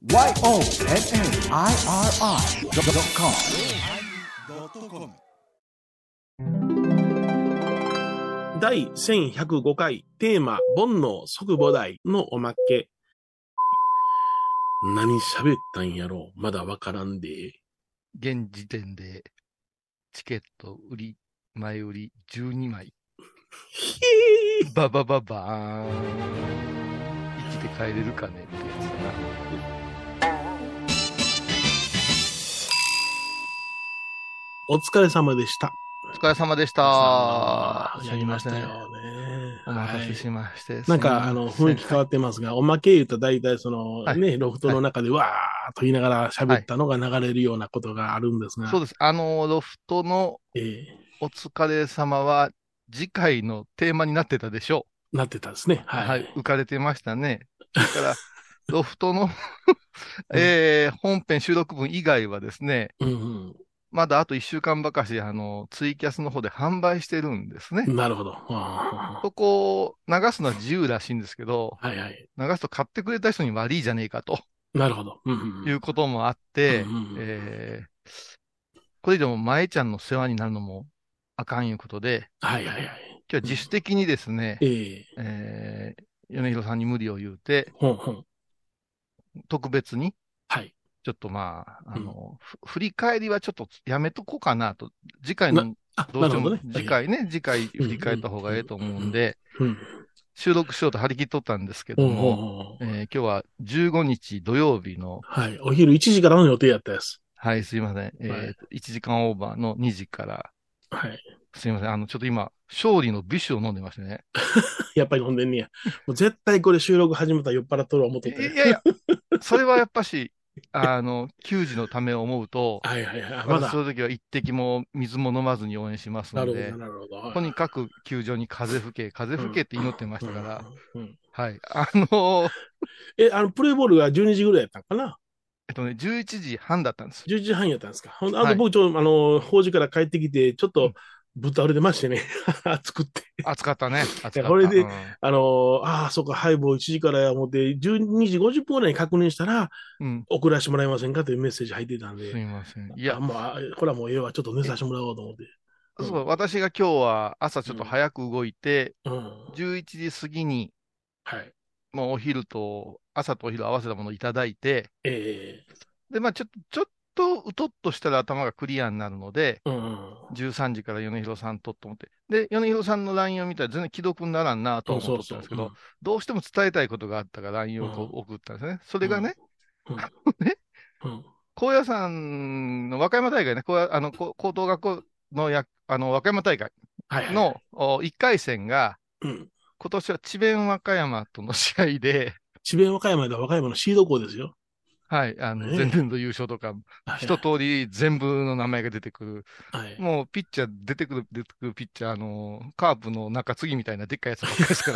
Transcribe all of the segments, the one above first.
YONNIRI.com 第1105回テーマ煩悩即菩提のおまけ。何喋ったんやろまだわからんで。 現時点でチケット前売り12枚。ババババーン。生きて帰れるかねってやつだな。 お疲れ様でした。 お疲れ様でした。 やりましたよね。 お待たせしまして。 なんか、雰囲気変わってますが、おまけ言うと大体ロフトの中でわーっと言いながら喋ったのが流れるようなことがあるんですが。 そうです。ロフトのお疲れ様は次回のテーマになってたでしょう。なってたですね。はい。 浮かれてましたね。だから、ロフトの本編収録分以外はですね、まだあと1週間ばかし、ツイキャスの方で販売してるんですね。 なるほど。 そこを流すのは自由らしいんですけど、流すと買ってくれた人に悪いじゃねえかと。 なるほど。 いうこともあって、これ以上も舞ちゃんの世話になるのもあかんいうことで、今日は自主的にですね、米広さんに無理を言うて、特別に、ちょっと振り返りはちょっとやめとこうかなと。次回の、どうしても、次回振り返った方がええと思うんで、収録しようと張り切っとったんですけども、今日は15日土曜日の、 お昼1時からの予定やったやつ。 はい、すいません。1時間オーバーの2時から、すいません。ちょっと今、勝利の美酒を飲んでましたね。 やっぱり飲んでんねや。もう絶対これ収録始めたら酔っ払っとる思っとって。 いや、それはやっぱし、球児のためを思うと、まだそういう時は一滴も水も飲まずに応援しますので、とにかく球場に風吹けって祈ってましたから、はい。 プレーボールが12時ぐらいやったんかな 11時半だったんです。 11時半やったんですか。僕法事から帰ってきて、ちょっと、豚売れてましてね。暑くって。 暑かったね。 これで、そうか、ハイボー1時からや思って、12時50分ぐらいに確認したら、送らせてもらえませんかというメッセージ入ってたんで。 すいません。 いや、これはもうええわ、ちょっと寝させてもらおうと思って。 そう、私が今日は朝ちょっと早く動いて、11時過ぎに、もうお昼と、朝とお昼合わせたものをいただいて、で、ちょっとうとっとしたら頭がクリアになるので、13時から米広さんと思って。で、米広さんの LINE を見たら全然既読にならんなと思ってたんですけど、どうしても伝えたいことがあったから LINE を送ったんですね。それがね、高野山の和歌山大会ね、高等学校の和歌山大会の1回戦が、今年は智弁和歌山との試合で、 智弁和歌山では和歌山のシード校ですよ。 はい、前年度優勝とか、一通り全部の名前が出てくる。もうピッチャー出てくるピッチャー、カープの中継ぎみたいなでっかいやつばっかりですから。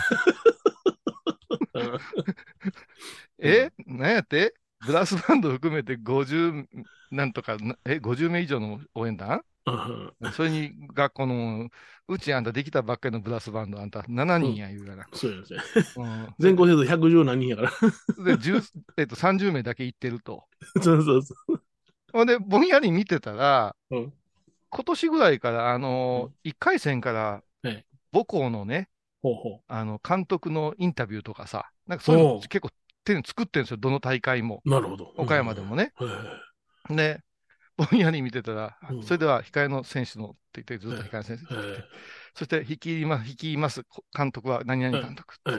何やってブラスバンド含めて50なんとか、50名以上の応援団それに学校の、うちあんたできたばっかりのブラスバンド、あんた7人や言うから。 そうですね。全校生徒110何人やから。 で、30名だけ行ってると。 そうそうそう。 ほんで、ぼんやり見てたら、今年ぐらいから、1回戦から、母校のね、監督のインタビューとかさ、なんかそういうの結構作ってるんですよ、どの大会も。 なるほど。 岡山でもね。で、ぼんやり見てたら、それでは控えの選手のって言って、ずっと控えの選手って言って、そして率います監督は何々監督って。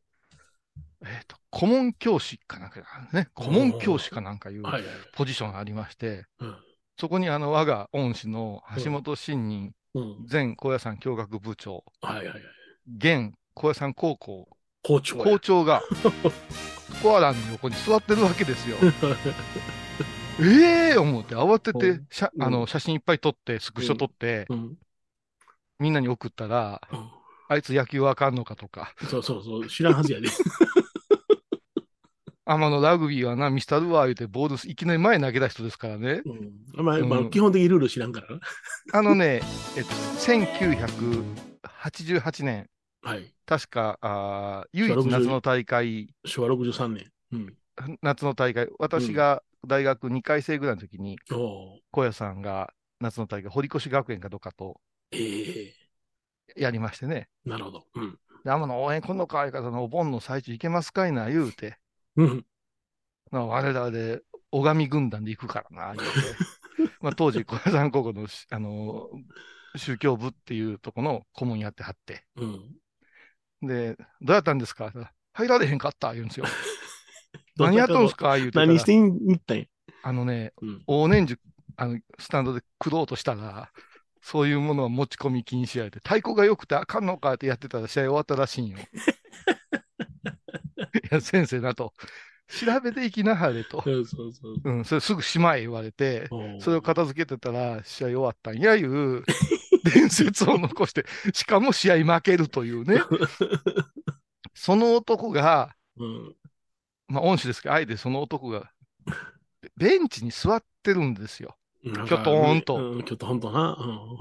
顧問教師かなんかね、顧問教師かなんかいうポジションがありまして、そこに我が恩師の橋本真人、前高野山教学部長、現高野山高校校長が、スコアランの横に座ってるわけですよ。思って慌てて写真いっぱい撮って、スクショ撮って、みんなに送ったら、あいつ野球わかんのかとか。 そう、知らんはずやで。 天野ラグビーはな、ミスタールアー言うて、ボールいきなり前投げた人ですからね。 基本的にルール知らんからな。 1988年、確か、唯一夏の大会。 昭和63年。 夏の大会、私が大学2回生ぐらいの時に、小屋さんが夏の大会、堀越学園かどっかとやりましてね。 なるほど。 天の応援、今度かい方のお盆の最中行けますかいな、言うて。我らで、小上軍団で行くからな、言うて。当時、小屋さん高校の、宗教部っていうとこの顧問やってはって。で、どうやったんですか入られへんかった言うんですよ。何やっとんすか言うてたら。 何してんったんや。 往年塾、スタンドで来ろうとしたら、そういうものは持ち込み禁止やで、太鼓が良くてあかんのかってやってたら試合終わったらしいんよ。いや、先生だと、調べていきなはれと。それすぐしまえ言われて、それを片付けてたら試合終わったんやいう伝説を残して、しかも試合負けるというね。その男が、恩師ですけど、あえてその男が、ベンチに座ってるんですよ。きょとーんと。 きょとんとな。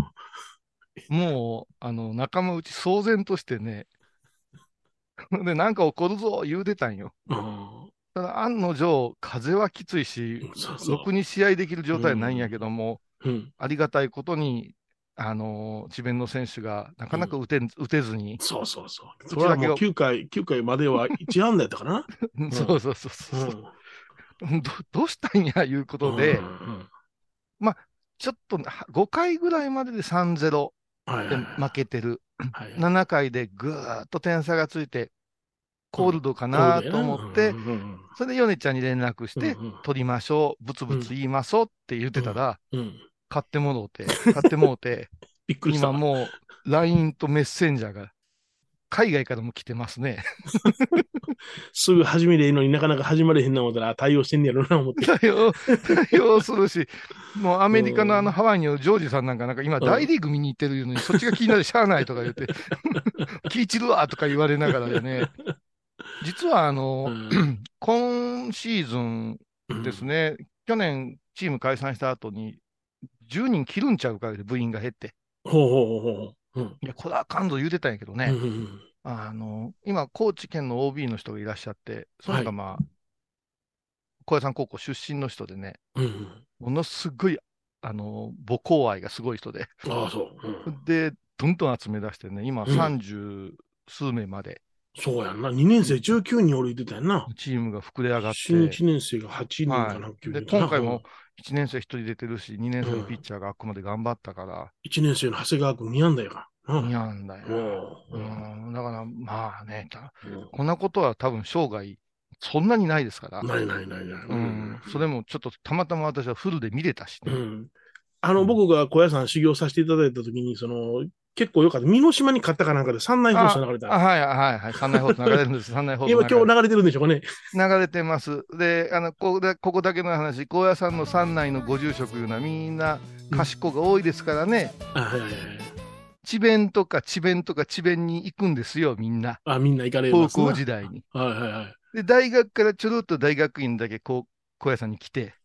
もう、仲間内騒然としてね、で、なんか起こるぞ、言うてたんよ。ただ、案の定、風はきついし、ろくに試合できる状態はないんやけども、ありがたいことに、智弁の選手がなかなか打てずに。 そうそうそう。それはもう9回までは1安打やったかな。 そうそうそうそう。どうしたんや、いうことで、ちょっと5回ぐらいまでで 3-0 で負けてる。7回でぐーっと点差がついて、コールドかなと思って、それで米ちゃんに連絡して、取りましょう、ブツブツ言いましょうって言ってたら、買ってもうて、今もう LINE とメッセンジャーが海外からも来てますね。 すぐ始めれいいのになかなか始まれへんな思ったら対応してんねやろな思って。 対応するし、もうアメリカのハワイにいるジョージさんなんか今大リーグ見に行ってるのに、そっちが気になってしゃあないとか言って、気い散るわとか言われながらでね、実は今シーズンですね、去年チーム解散した後に10人切るんちゃうかで部員が減って。いや、これはあかんぞ言うてたんやけどね。今、高知県の OB の人がいらっしゃって、その人が高野山高校出身の人でね、ものすごい、母校愛がすごい人で。で、どんどん集め出してね、今30数名まで。 そうやんな。2年生19人俺言ってたやんな。 チームが膨れ上がって。 新1年生が8人かな、 で、今回も1年生1人出てるし、2年生のピッチャーがあくまで頑張ったから。 1年生の長谷川君2安打やから。 2安打や。だから、まあね、こんなことは多分生涯、そんなにないですから。 ない。 それもちょっとたまたま私はフルで見れたしね。 僕が小屋さん修行させていただいたときに、結構よかった。美濃島に勝ったかなんかで三内放送流れた。 はい。三内放送流れるんです。三内放送。 今日流れてるんでしょうかね。 流れてます。で、ここだけの話、高野山の三内のご住職いうのはみんな賢が多いですからね。智弁とか智弁に行くんですよ、みんな。 みんな行かれます高校時代に。 はい。 で、大学からちょろっと大学院だけ高野山に来て、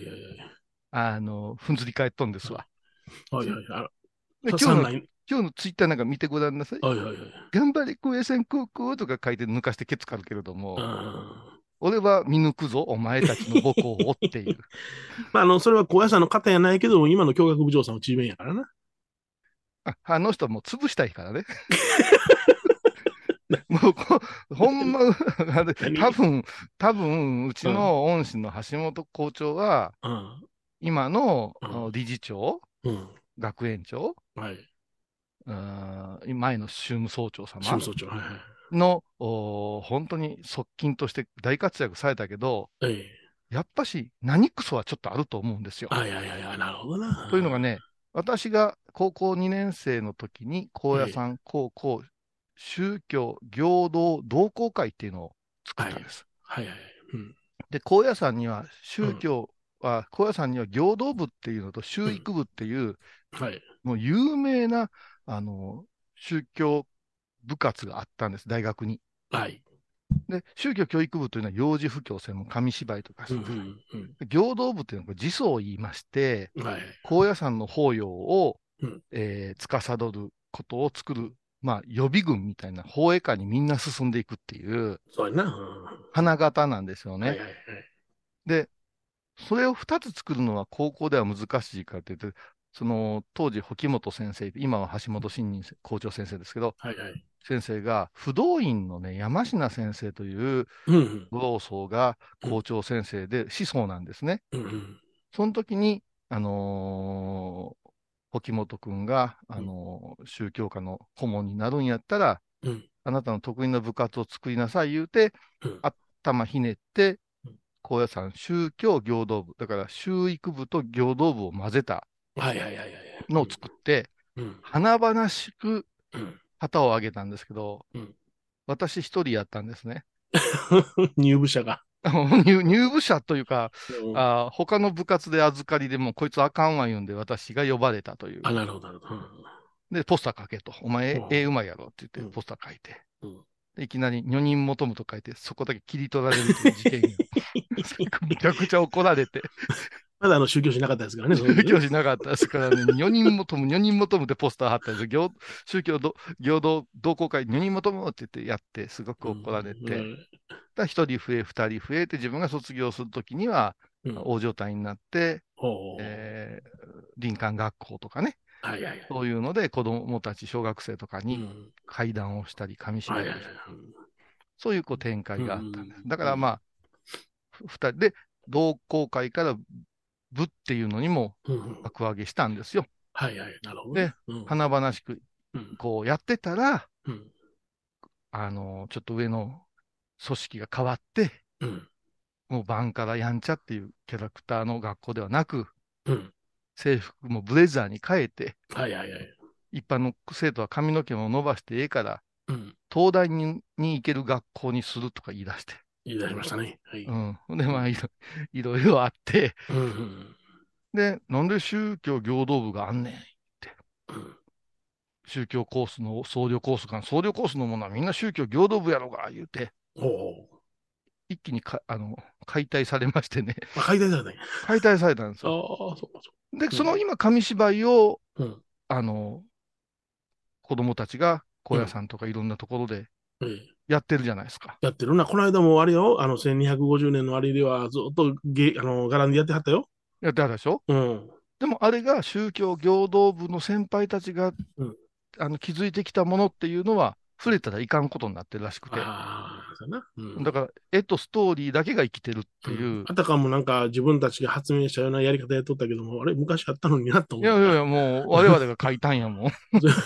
ふんずり返っとんですわ。今日のツイッターなんか見てごらんなさい。頑張れ高野山高校とか書いて抜かしてケツかるけれども、俺は見抜くぞ、お前たちの母校をっていう。 それは高野山の方やないけども、今の教学部長さんは智弁やからな。 あの人はもう潰したいからね。もうほんま、多分、うちの恩師の橋本校長は、今の理事長、学園長、前の宗務総長様の本当に側近として大活躍されたけど、やっぱし何クソはちょっとあると思うんですよ。 なるほどな。 というのがね、私が高校2年生の時に高野山高校宗教行動同好会っていうのを作ったんです。で、高野山には高野山には行動部っていうのと宗育部っていう、もう有名な宗教部活があったんです、大学に。で、宗教教育部というのは幼児布教専門、紙芝居とか、行動部というのは自訴を言いまして、高野山の法要を、司ることを作る、予備軍みたいな法営下にみんな進んでいくっていう、花形なんですよね。 で、それを2つ作るのは高校では難しいかって言って、その当時、保本先生、今は橋本真人校長先生ですけど、 はいはい。 先生が不動院のね、山科先生といううん武道僧がうん。 校長先生で思想なんですね。 うんうん。 その時に、保本君が、宗教家の顧問になるんやったら、 うん。 あなたの得意な部活を作りなさい言うて、 うん。 頭ひねって、 うん。 高野山宗教行動部、だから宗育部と行動部を混ぜたはいはいはいはい。 のを作って、 うん。 華々しくうん。 旗を上げたんですけど、 うん。 私一人やったんですね。 入部者が。 入部者というか、 うん。 他の部活で預かりでもこいつあかんわ言うんで私が呼ばれたという。 あ、なるほど、なるほど。 で、ポスター書けと。お前、うまいやろって言ってうん。 ポスター書いて。 うん。 でいきなり女人求むと書いて、そこだけ切り取られるという事件が。めちゃくちゃ怒られて。 まだ宗教しなかったですからね、その時ね。 宗教しなかったですからね、女人求むってポスター貼ったんですよ。宗教行動同好会、女人求むって言ってやって、すごくう怒られて、 ん。 一人増え、二人増えて、自分が卒業するときには、 うん。 大所帯になって、 ほう。 林間学校とかね、 はいはいはい。 そういうので子供たち、小学生とかにうん。 会談をしたり、紙はいはいはい。 芝居をしたり、そういう展開があったんうん。 です。だかうん。 らまあ、二人で同好会から部っていうのにもうん。 幕上げしたんですよ。 はいはい。なるほどね。 で、 うん。 華々しくうん。 こうやってたら、 うん。 ちょっと上の組織が変わって、 うん。 もうバンカラやんちゃっていうキャラクターの学校ではなく、 うん。 制服もブレザーに変えて、 はいはいはい。 一般の生徒は髪の毛も伸ばしてええから、 うん。 東大に行ける学校にするとか言い出して。 言い出しましたね。はい。 うん。で、まあ、いろいろあって、 うん。うん。 で、なんで宗教行動部があんねんって。 うん。 宗教コースの僧侶コースか、僧侶コースのものはみんな宗教行動部やろが、言うて、 ほう。 一気に解体されましてね、 あ、解体されたんや。 解体されたんですよ。 ああ、そうか、そで、 う。うん。 その今、紙芝居を、 うん。 あの、子供たちが高野うん。 山とかいろんなところでええ。 やってるじゃないですか。 やってるな。この間もあれよ、1250年のあれではずっと伽藍でやってはったよ。 やってあるでしょ。 うん。 でもあれが宗教行動部の先輩たちがうん。 築いてきたものっていうのは、触れたらいかんことになってるらしくて。 ああ、そうやな。うん。 だから、絵とストーリーだけが生きてるってうん。 いう。 あたかもなんか自分たちが発明したようなやり方やっとったけども、あれ、昔あったのになと思ってな。 いやいやいや、もう我々が描いたんやもん。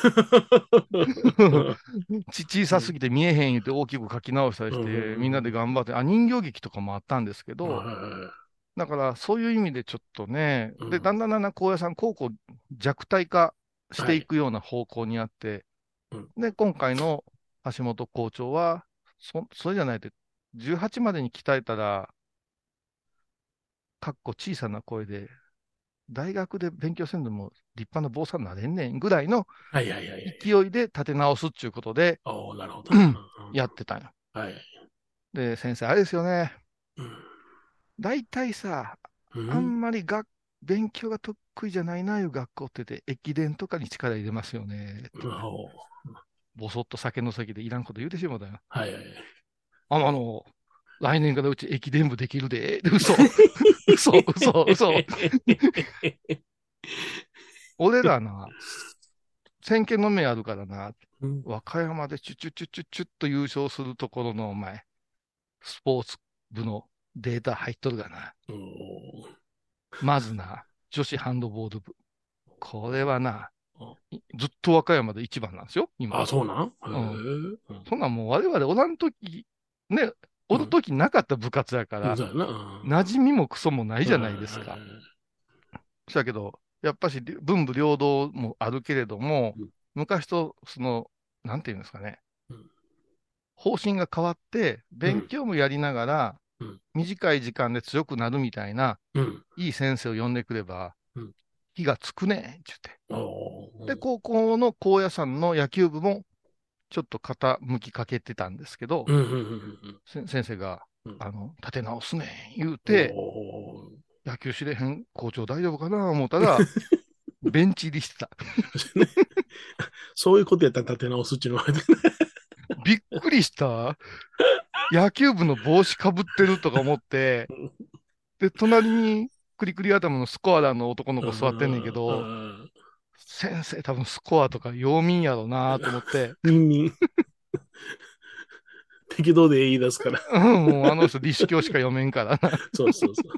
小さすぎて見えへん言って大きく描き直したりうんうんうして、みんなでん頑張って、人形劇とかもあったんですけうん。 ど、 はいはいはい。 だからそういう意味でちょっとね、で、 うん。 だんだんだんだん高野山高校弱体化していはい。 くような方向にあって、 うん。 で、今回の橋本校長は、それじゃないと、18までに鍛えたら、かっこ小さな声で、大学で勉強せんでも立派な坊さんになれんねんぐらいのはいはいはいはい。 勢いで立て直すっていうことで、 おお、なるほどな。うんやってたんよ。 うん。はい。 で、先生、あれですよね。 うん。 大体さ、あうん。 んまり勉強が得意じゃないないう学校ってて、駅伝とかに力入れますよね。っておお。 ぼそっと酒の席でいらんこと言うてしまうたよ。 はいはい。 あの、来年からうち駅伝部できるで。嘘。嘘、嘘、嘘。俺らな、先見の明あるからな、 うん。 和歌山でチュッと優勝するところのお前、スポーツ部のデータ入っとるがな。 おー。 まずな、女子ハンドボール部。これはな、 あ、 ずっと和歌山で一番なんですよ、今。 あそうなんへえ。 うん。 うん。 そんなんもう我々おらんとき、ね、おるうん。 ときなかった部活やから、 そうやな。うん。 馴染みもクソもないじゃないですはいはいか。 はい。 だけど、やっぱし文武両道もあるけれども、 うん。 昔となんていうんですかね、 うん。 方針が変わって、勉うん。 強もやりながら、 うん。 短い時間で強くなるみたいな、 うん。 いい先生を呼んでくれば、 うん。 気がつくねん、って言って。 おで、 ー。 高校の高野山の野球部も、ちょっと傾きかけてたんですけど、 うん。うん。うん。 先生が、 うん。 立て直すねん、言うおて、 ー。 野球しれへん、校長大丈夫かな思ったら、ベンチ入りしてた。 そういうことやったら立て直すっちゅうのは。 びっくりした。野球部の帽子かぶってるとか思って、 で、隣にクリクリ頭のスコアラーの男の子座ってんねんけど、先生多分スコアとか陽民やろうなと思って。 民適当で言い出すから。 もうあの人、理式教しか読めんからな。 そうそうそう。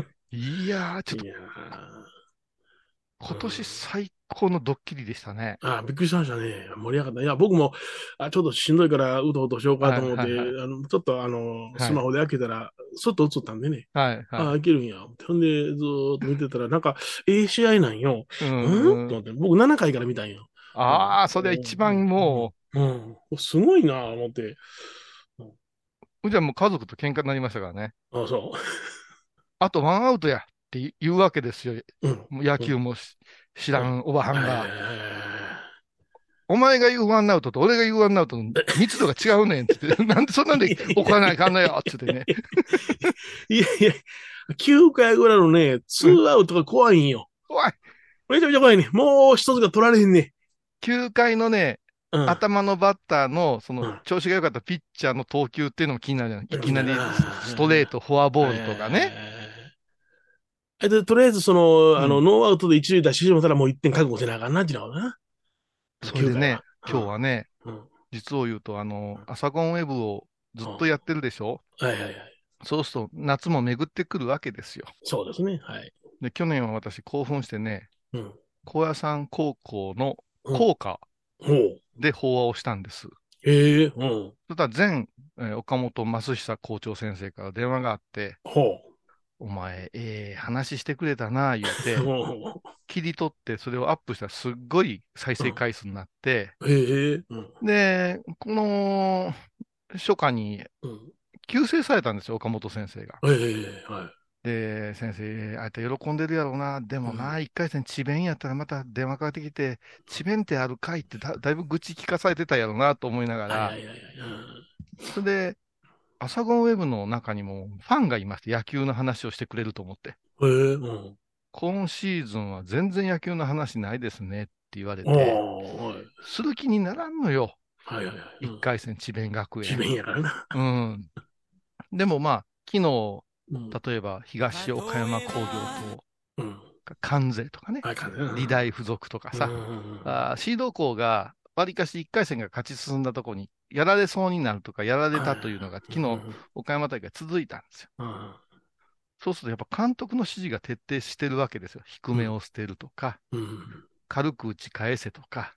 いやー、ちょっと。今年最高のドッキリでしたね。 びっくりしましたね。盛り上がった。いや、僕も、ちょっとしんどいから、うとうとしようかと思って、ちょっとスマホで開けたら、そっと映ったんでね。開けるんや。ほんで、ずーっと見てたら、なんか、試合なんよ。と思って、僕7回から見たんよ。 それは一番もう、すごいな、思って。 じゃあもう家族と喧嘩になりましたからね。 そう。 あとワンアウトやって言うわけですよ。野球も知らんおばはんが。お前が言うワンアウトと俺が言うワンアウトの密度が違うねんって言って、なんでそんなんで怒らないかんのよって言ってね。 いやいや、9回ぐらいのね、2アウトが怖いんよ。 怖い。 めちゃめちゃ怖いね。もう一つが取られへんね。 9回のね、頭のバッターの、その、調子が良かったピッチャーの投球っていうのも気になるじゃない。いきなりストレート、フォアボールとかね。 とりあえず、ノーアウトで一塁出してしまったらもう1点覚悟せなあかんな、っていうのな。 それでね、今日はね、実を言うと、アサゴンウェブをずっとやってるでしょ。そうすると、夏も巡ってくるわけですよ。 そうですね。はい。 で、去年は私興奮してね、高野山高校の校歌で法話をしたんです。そしたら前、岡本正久校長先生から電話があって、お前、話してくれたな、言うて、切り取って、それをアップしたらすっごい再生回数になって、で、この初夏に急逝されたんですよ、岡本先生が。で、先生、あいた喜んでるやろうな、でもな、1回戦、智弁やったらまた電話かかってきて、智弁ってあるかいってだいぶ愚痴聞かされてたやろうなと思いながら、それで、アサゴンウェブの中にもファンがいまして、野球の話をしてくれると思って。今シーズンは全然野球の話ないですねって言われて、する気にならんのよ。1回戦、智弁学園。 智弁やからな。でもまあ、昨日、例えば東岡山工業と、関西とかね、理大附属とかさ、シード校が、わりかし1回戦が勝ち進んだところに、やられそうになるとか、やられたというのが、昨日、岡山大会続いたんですよ。そうすると、やっぱ監督の指示が徹底してるわけですよ。低めを捨てるとか、軽く打ち返せとか、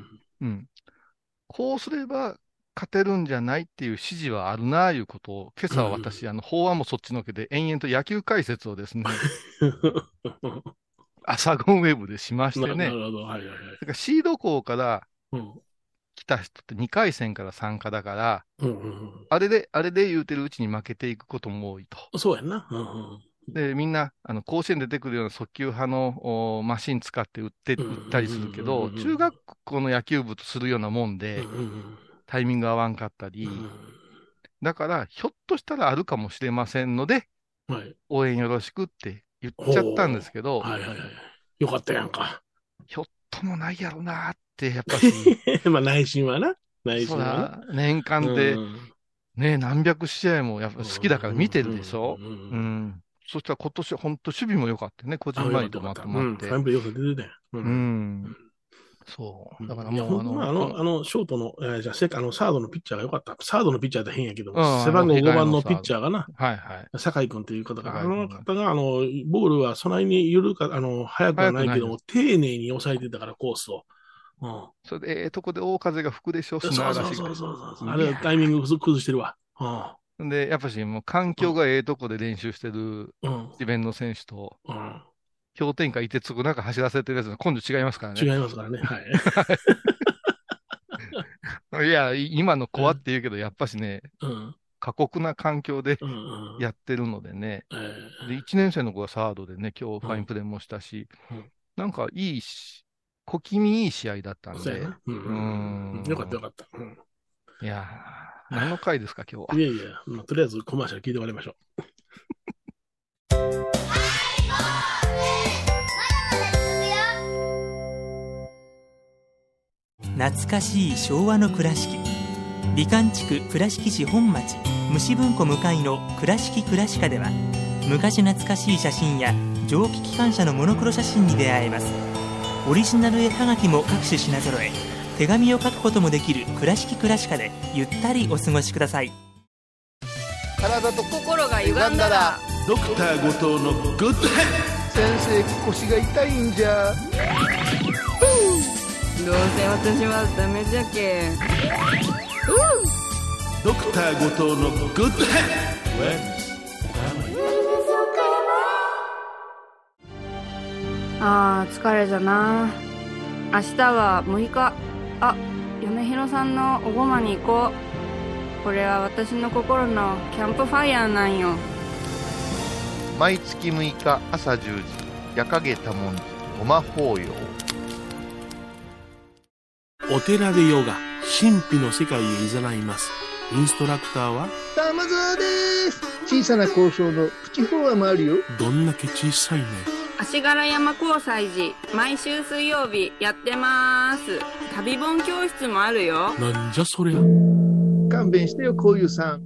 こうすれば勝てるんじゃないっていう指示はあるなあいうことを、今朝は私、法案もそっちのけで延々と野球解説をですね、アサゴンウェブでしましてね。だからシード校から来た人って2回戦から参加だから、あれで言うてるうちに負けていくことも多いと。 そうやんな。 で、みんな、甲子園出てくるような速球派のマシン使って打ったりするけど、中学校の野球部とするようなもんで、タイミング合わんかったり、だから、ひょっとしたらあるかもしれませんので、応援よろしくって言っちゃったんですけど、 よかったやんか。 ひょっともないやろなって、やっぱし。 まあ内心はな。内心はな。年間で、ね、何百試合もやっぱ好きだから見てるでしょ。そしたら今年、本当守備も良かったね。個人前とまとまって。 ファインプレーよく出てたよ。 そう。だからもう、ショートの、じゃサードのピッチャーが良かった。サードのピッチャーって変やけど、背番号5番のピッチャーがな、酒井君という方が、方が、ボールはそないに速くはないけども、丁寧に抑えてたから、コースを。 それで、とこで大風が吹くでしょ、砂嵐が。 あれはタイミング崩してるわ。 で、やっぱし、もう環境がとこで練習してる智弁の選手と、氷点下いてつく中走らせてるやつは今度違いますからね。 違いますからね。 はい。いや、今の子はって言うけど、やっぱしね、過酷な環境でやってるのでね。で、1年生の子がサードでね、今日ファインプレーもしたし、なんかいいし、小気味いい試合だったんで。 よかったよかった。 いやー、何の回ですか、今日は。 いやいや、とりあえずコマーシャル聞いて終わりましょう。 懐かしい昭和の倉敷、美観地区倉敷市本町虫文庫向かいの倉敷倉歯科では、 昔懐かしい写真や蒸気機関車のモノクロ写真に出会えます。オリジナル絵はがきも各種品揃え、手紙を書くこともできる倉敷倉歯科でゆったりお過ごしください。 体と心が歪んだらドクター後藤のグッドヘッド。 先生、腰が痛いんじゃ。 どうせ私はダメじゃけ。 ドクター後藤のグッドヘッド。 あー疲れじゃな。明日は6日。あ、米広さんのおごまに行こう。これは私の心のキャンプファイヤーなんよ。 毎月6日朝10時、夜影多文字ごま法要。 お寺でヨガ、神秘の世界へ誘います。インストラクターは玉沢です。小さな交渉のプチフォアもあるよ。 どんだけ小さいね。 足柄山交際時、毎週水曜日やってます。旅本教室もあるよ。 なんじゃそりゃ。 勘弁してよ、こういうさん。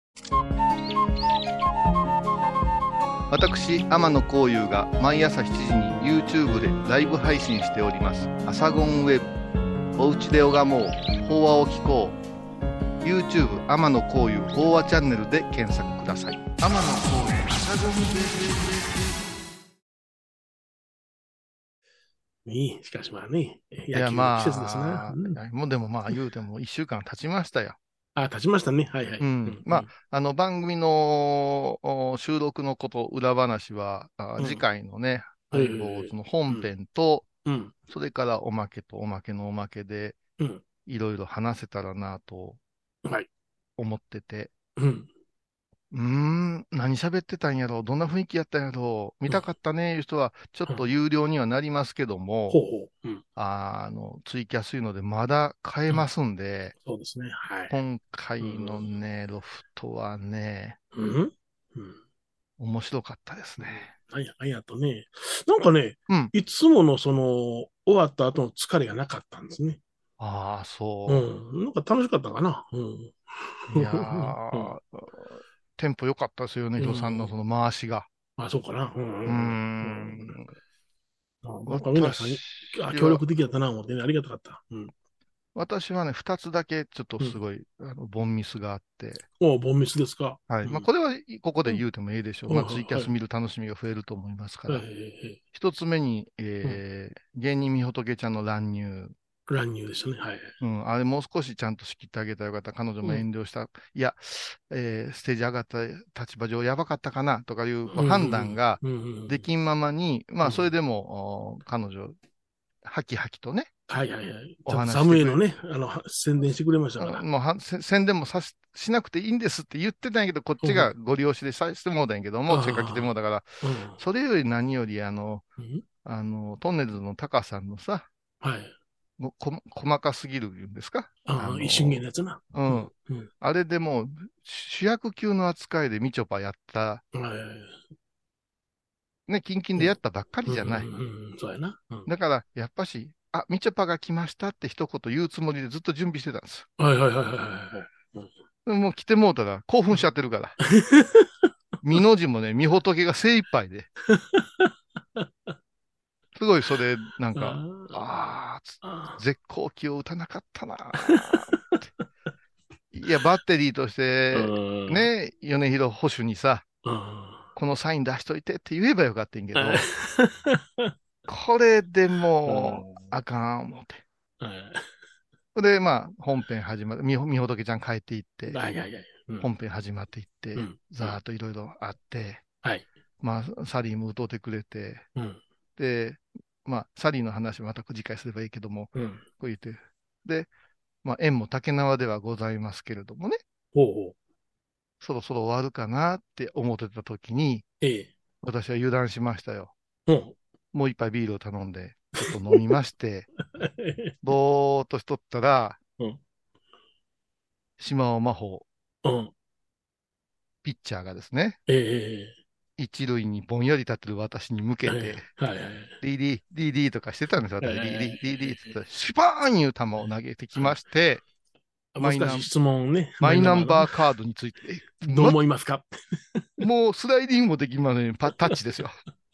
私、天野幸雄が毎朝7時に YouTube でライブ配信しております。アサゴンウェブ。おうちで拝もう。法話を聞こう。YouTube 天野幸雄法話チャンネルで検索ください。天野幸雄アサゴンウェブ。 しかしまあね、野球の季節ですね。 もうでもまあ言うても1週間経ちましたよ。 経ちましたね。はいはい。 まあ、番組の収録のこと、裏話は、次回のね、その本編と、それからおまけとおまけのおまけで、いろいろ話せたらなと思ってて、何喋ってたんやろう、どんな雰囲気やったんやろう、見たかったね、いう人は、ちょっと有料にはなりますけども、ツイキャスいうので、まだ買えますんで、 そうですね。はい。 今回のね、ロフトはね、面白かったですね。 あとね、なんかね、いつものその、終わった後の疲れがなかったんですね。 ああ、そう。 なんか楽しかったかな。 いやー、テンポ良かったですよね、ヒロさんのその回しが。 そうかな。なんか皆さん協力的だったな思ってね、ありがたかった。 私はね、2つだけちょっとすごい、ボンミスがあって。 ボンミスですか。 はい。まあ、これはここで言うてもいいでしょう。まあ、ツイキャス見る楽しみが増えると思いますから。1つ目に、芸人みほとけちゃんの乱入。 乱入でしたね。はい。 あれもう少しちゃんと仕切ってあげたらよかった。彼女も遠慮した。いや、ステージ上がった立場上やばかったかなとかいう判断ができんままに、まあ、それでも、彼女、はきはきとね。 はいはいはい。サムエのね、宣伝してくれましたから。 もう宣伝もしなくていいんですって言ってたんやけど、こっちがご利用しでさしてもうたんやけども、せっかく来てもうだから、それより何より、トンネルズのタカさんのさ、 はい。 細かすぎるんですか？ 一瞬芸のやつな。 あれでもう、主役級の扱いでみちょぱやった。ね、キンキンでやったばっかりじゃない。 そうやな。 だから、やっぱし、みちょぱが来ましたって一言言うつもりでずっと準備してたんです。 はい。 もう来てもうたら興奮しちゃってるから。みの字もね、みほとけが精一杯で。すごいそれ、なんか、絶好機を打たなかったないや、バッテリーとして、ね、米広保守にさ、このサイン出しといてって言えばよかったんけど、これでもう、あかん思って。で、まあ、本編始まる。みほとけちゃん帰っていって、本編始まっていって、ざーっといろいろあって、まあ、サリーも歌うてくれて、で、まあ、サリーの話はまた次回すればいいけども、こう言って、で、まあ、縁も竹縄ではございますけれどもね、そろそろ終わるかなって思ってた時に、私は油断しましたよ。もう一杯ビールを頼んで、ちょっと飲みまして、ぼーっとしとったら、島尾真帆、ピッチャーがですね、一塁にぼんやり立ってる私に向けて、リーディーとかしてたんですよ。リーディーって言ったら、シュパーンいう球を投げてきまして、 難しい質問ね。 マイナンバーカードについて。 どう思いますか？ もうスライディングもできません。タッチですよ。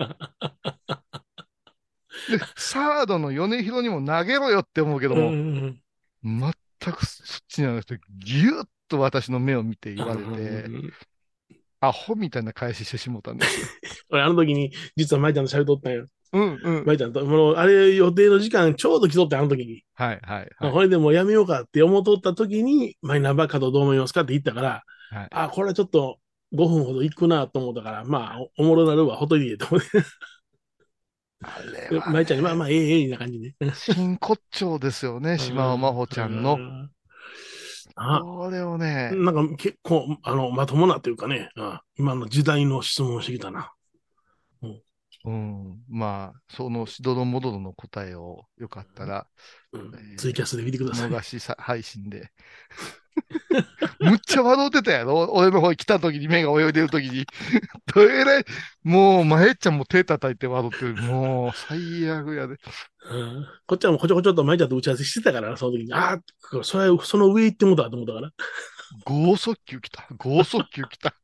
で、サードの米広にも投げろよって思うけども、全くそっちにはなくて、ぎゅっと私の目を見て言われて、アホみたいな返ししてしもたんですよ。 俺、あの時に、実は舞ちゃんと喋っとったんよ。 舞ちゃんと、もう、あれ、予定の時間ちょうど来とって、あの時に。 はいはい、 これでもうやめようかって思っとった時に、マイナンバーカードどう思いますかって言ったから、これはちょっと5分ほど行くなと思ったから、おもろなるわ、ほっといてと思って。 あれは、 舞ちゃんに、ええな感じね。 真骨頂ですよね、島尾真帆ちゃんの。これをね。 なんか結構、まともなというかね、今の時代の質問をしてきたな。 そのしどろもどろの答えをよかったら、 ツイキャスで見てください。 逃し配信で。むっちゃ笑うてたやろ、俺の方に来た時に、目が泳いでる時に。どえらい、もう、まえちゃんも手叩いて笑ってる。もう、最悪やで。 こっちはもうこちょこちょっとまえちゃんと打ち合わせしてたからな、その時に。その上行ってもうたと思ったから。 剛速球来た。剛速球来た。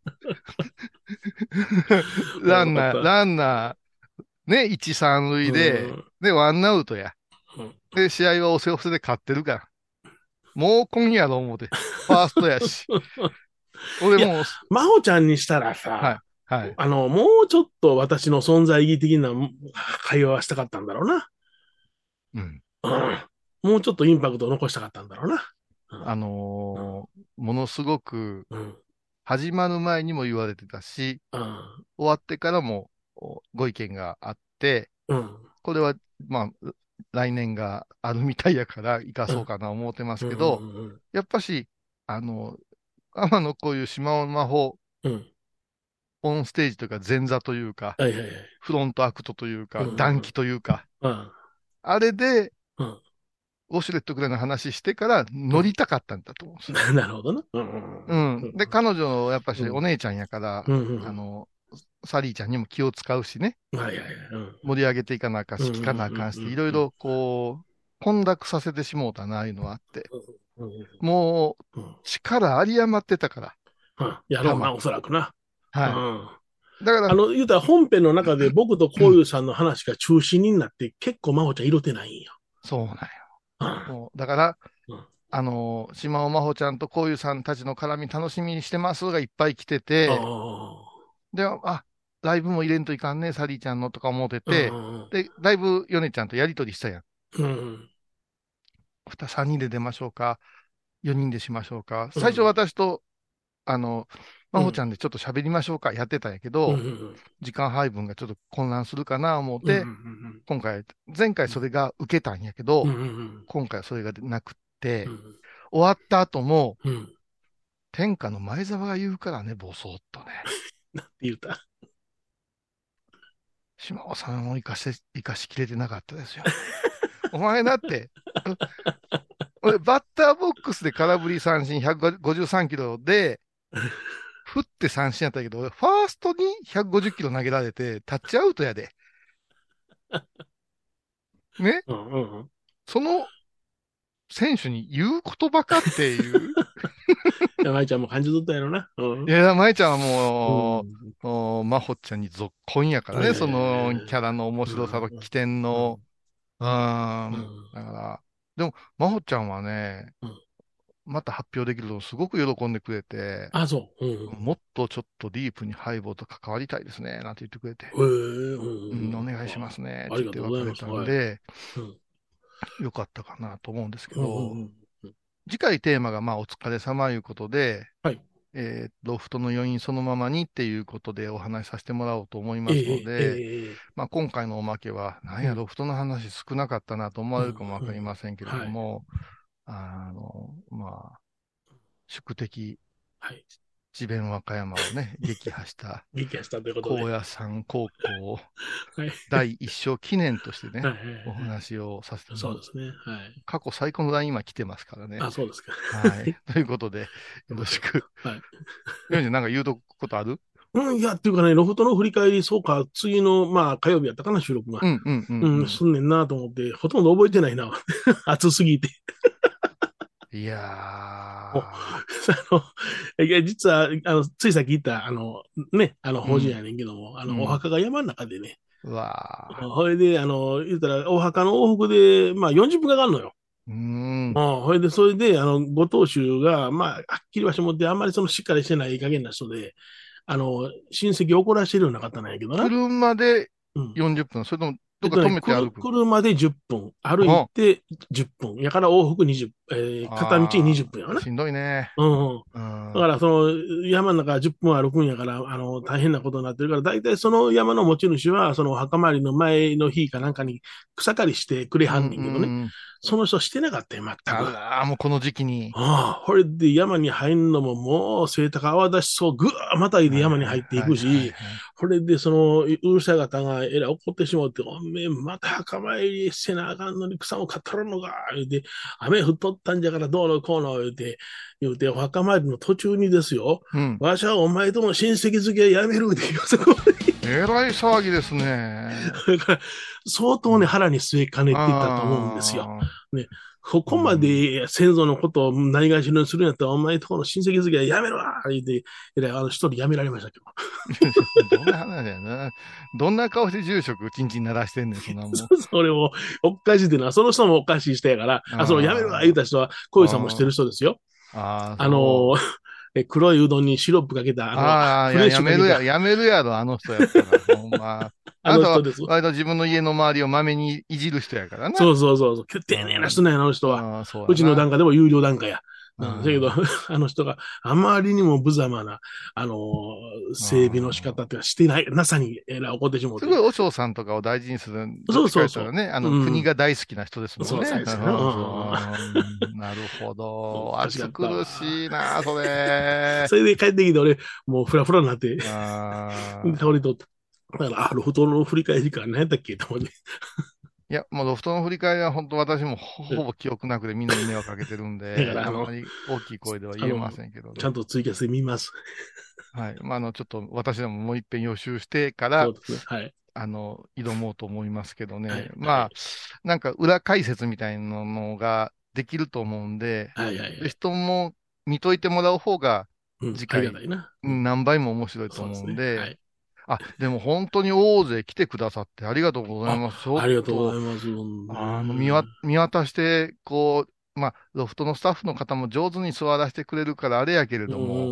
ランナー、ね、1、3塁で、ワンアウトや。で、試合はおせおせで勝ってるから。もう今夜の思うて、ファーストやし。 俺もう。真帆ちゃんにしたらさ、もうちょっと私の存在意義的な会話はしたかったんだろうな。もうちょっとインパクトを残したかったんだろうな。 ものすごく、始まる前にも言われてたし、終わってからもご意見があって、これは、来年があるみたいやから生かそうかな思ってますけど、やっぱし、天野こういう島尾真帆、オンステージというか前座というか、フロントアクトというか、団旗というか、あれで、ウォシュレットぐらいの話してから乗りたかったんだと思うんですよ。 なるほどな。 で、彼女のやっぱしお姉ちゃんやから、サリーちゃんにも気を使うしね。盛り上げていかなあかんし、聞かなあかんし、いろいろこう、混濁させてしもうたな、ああいうのはあって。もう、力有り余ってたから。 やろうな、おそらくな。 だから、 言うたら本編の中で僕とこういうさんの話が中心になって、結構真帆ちゃん色てないんよ。 そうなんよ。だから、島尾真帆ちゃんとこういうさんたちの絡み楽しみにしてますがいっぱい来てて、で、ライブも入れんといかんね、サリーちゃんのとか思ってて、で、だいぶヨネちゃんとやりとりしたやん。3人で出ましょうか、4人でしましょうか。最初私と、真帆ちゃんでちょっと喋りましょうか、やってたんやけど、時間配分がちょっと混乱するかな思って、前回それが受けたんやけど、今回はそれがなくって、終わった後も、天下の前澤が言うからね、ボソッとね。 なんて言うた？ 島尾さんを生かしきれてなかったですよ。お前だって、俺、バッターボックスで空振り三振153キロで、振って三振やったけど、ファーストに150キロ投げられて、タッチアウトやで。ね、その選手に言う言葉かっていう。 舞ちゃんも感じ取ったやろな。 いや、舞ちゃんはもう、真帆ちゃんに続婚やからね、そのキャラの面白さと起点の。だから、でも、真帆ちゃんはね、また発表できるとすごく喜んでくれて、もっとちょっとディープにハイボーと関わりたいですね、なんて言ってくれて、お願いしますね、って言って別れたんで、よかったかなと思うんですけど、次回テーマがお疲れ様いうことで、ロフトの余韻そのままにっていうことでお話しさせてもらおうと思いますので、今回のおまけは、なんや、ロフトの話少なかったなと思われるかもわかりませんけれども、宿敵、智弁和歌山をね、撃破した高野山高校第一勝記念としてね、お話をさせてもらう。 そうですね。 過去最高のライン今来てますからね。 そうですか。 ということで、よろしく。なんか言うことある？ いや、っていうかね、ロフトの振り返り、そうか、次の、火曜日やったかな、収録が。すんねんなと思って、ほとんど覚えてないな。暑すぎて。 いやー。実は、ついさっき言った、ね、法事やねんけども、お墓が山の中でね。 うわー。 ほいで、言ったら、お墓の往復で、まあ、40分かかるのよ。ほいで、それで、ご当主が、まあ、はっきりわしもって、あんまりしっかりしてないいい加減な人で、親戚怒らしてるような方なんやけどな。 車で40分、それとも、どっか止めて歩く。 車で10分、歩いて10分。やから往復20、片道20分やな。 しんどいね。 だから、山の中10分歩くんやから、大変なことになってるから、だいたいその山の持ち主は、そのお墓参りの前の日かなんかに草刈りしてくれはんねんけどね。その人してなかったよ、全く。 ああ、もうこの時期に。 これで山に入んのももう、清高泡立ちそう、ぐわーまたいで山に入っていくし、これでうるさい方がえらい怒ってしまって、おめえ、また墓参りせなあかんのに草を刈ったるのか、言うて、雨降っとったんじゃからどうのこうの、言うて、お墓参りの途中にですよ、わしはお前との親戚付きはやめるって言うそこえらい騒ぎですね。 だから相当ね、腹に据えかねていたと思うんですよ。ね、ここまで先祖のことをないがしろにするんやったら、お前とこの親戚付きはやめろわ言うて、一人やめられましたけど。 どんな話やな。どんな顔して住職ちんちん鳴らしてんねん、そんなもん。 それもおかしいっていうのは、その人もおかしい人やから、やめろわ言うた人は、小井さんもしてる人ですよ。黒いうどんにシロップかけた、 やめるやろ、あの人やったら。ほんま。あの人です。割と自分の家の周りをまめにいじる人やからな。 そう。丁寧な人なんや、あの人は。うちの檀家でも有料檀家や。だけど、あの人があまりにも無様な、整備の仕方ってしてない、NASA に怒ってしまう。 すごい、和尚さんとかを大事にする。 そう。 国が大好きな人ですもんね。 そうですね。なるほど。暑苦しいな、それ。 それで帰ってきて、俺、もうフラフラになって、倒れとった。だから、ロフトの振り返りから何やったっけと思って。 いや、もうロフトの振り返りは本当私もほぼ記憶なくでみんなに迷惑かけてるんで、あまり大きい声では言えませんけど、 ちゃんとツイキャスで見ます。 はい。まあ、ちょっと私でももう一遍予習してから、挑もうと思いますけどね。まあ、なんか裏解説みたいなのができると思うんで、人も見といてもらう方が次回、何倍も面白いと思うんで、でも本当に大勢来てくださってありがとうございます。 ありがとうございます。 見渡して、ロフトのスタッフの方も上手に座らせてくれるからあれやけれども、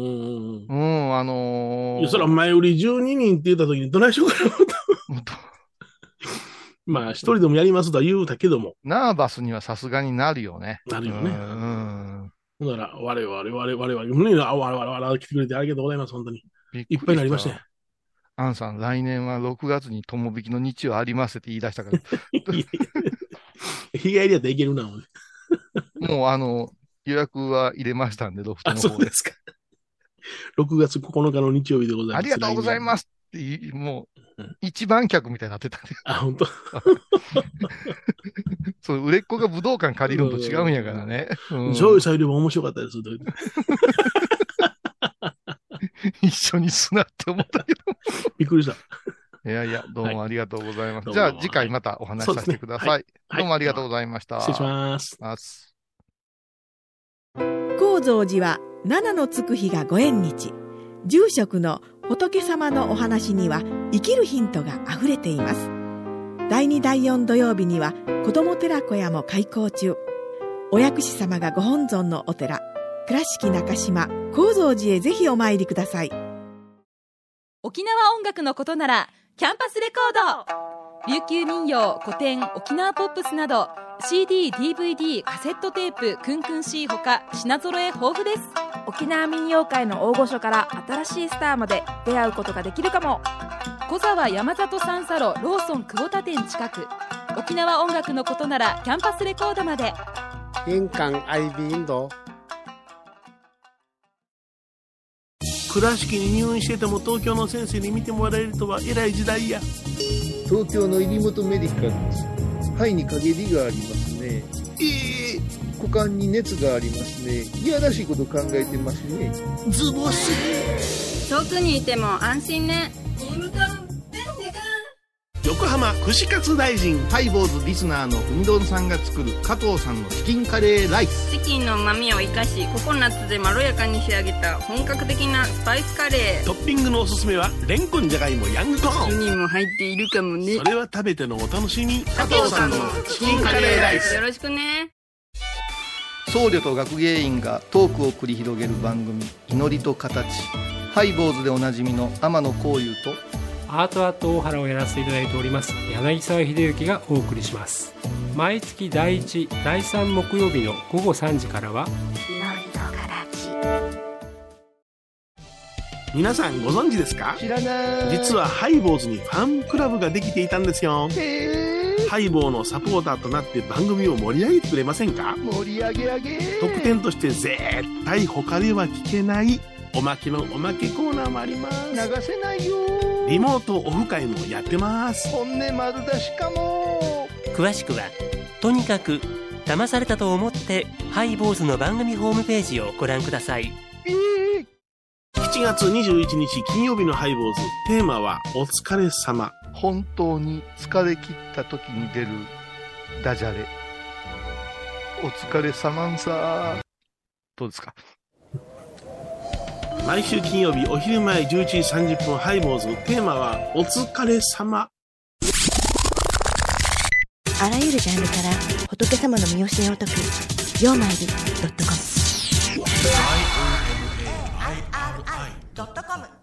それは前売り12人って言った時にどないしようかなと。まあ、一人でもやりますとは言うたけども。 ナーバスにはさすがになるよね。 なるよね。だから、我々、来てくれてありがとうございます、本当に。いっぱいになりましたよ。 アンさん、来年は6月に友引きの日曜ありますって言い出したから。 日帰りやったらいけるな。もう予約は入れましたんで、ロフトの方で。 そうですか。6月9日の日曜日でございます。 ありがとうございますって、もう、一番客みたいになってたんで。 本当。 そう、売れっ子が武道館借りるのと違うんやからね。 上位さんよりも面白かったです。 一緒にすなって思ったけど。 びっくりした。 いや、どうもありがとうございます。じゃあ次回またお話しさせてください。どうもありがとうございました。 失礼します。 高蔵寺は七のつく日がご縁日。住職の仏様のお話には生きるヒントがあふれています。第2第4土曜日には子ども寺小屋も開校中。お薬師様がご本尊のお寺、倉敷中島・高蔵寺へぜひお参りください。 沖縄音楽のことならキャンパスレコード。琉球民謡、古典、沖縄ポップスなど CD、DVD、カセットテープ、クンクン C ほか品揃え豊富です。 沖縄民謡界の大御所から新しいスターまで出会うことができるかも。 小沢山里三佐路ローソン久保田店近く。沖縄音楽のことならキャンパスレコードまで。 玄関アイビーンド。 倉敷に入院してても東京の先生に見てもらえるとは偉い時代や。 東京の入本メディカルです。肺に陰りがありますね。股間に熱がありますね。いやらしいこと考えてますね。 ズボス。 遠くにいても安心ね。 横浜串カツ大臣。 ハイボーズリスナーのうみどんさんが作る加藤さんのチキンカレーライス。 チキンの旨味を生かし、ココナッツでまろやかに仕上げた本格的なスパイスカレー。 トッピングのおすすめはレンコン、じゃがいも、ヤングコーン。 1人も入っているかもね。 それは食べてのお楽しみ。 加藤さんのチキンカレーライス、よろしくね。 僧侶と学芸員がトークを繰り広げる番組、祈りと形。ハイボーズでおなじみの天野幸雄とアートアート大原をやらせていただいております柳沢秀幸がお送りします。毎月第1、第3木曜日の午後3時からは祈りと形。皆さんご存知ですか？ 知らない。 実はハイボーズにファンクラブができていたんですよ。ハイボーのサポーターとなって番組を盛り上げてくれませんか？ 盛り上げ上げ。 特典として絶対他では聞けないおまけのおまけコーナーもあります。 流せないよ。 リモートオフ会もやってます。 本音丸出しかも。 詳しくはとにかく騙されたと思ってハイボーズの番組ホームページをご覧ください。 7月21日金曜日のハイボーズ、テーマはお疲れ様。 本当に疲れ切った時に出るダジャレ。お疲れ様んさ。どうですか？ 毎週金曜日お昼前11時30分ハイボーズ、テーマはお疲れ様。 あらゆるジャンルから仏様の身教えを説くようまいり.com。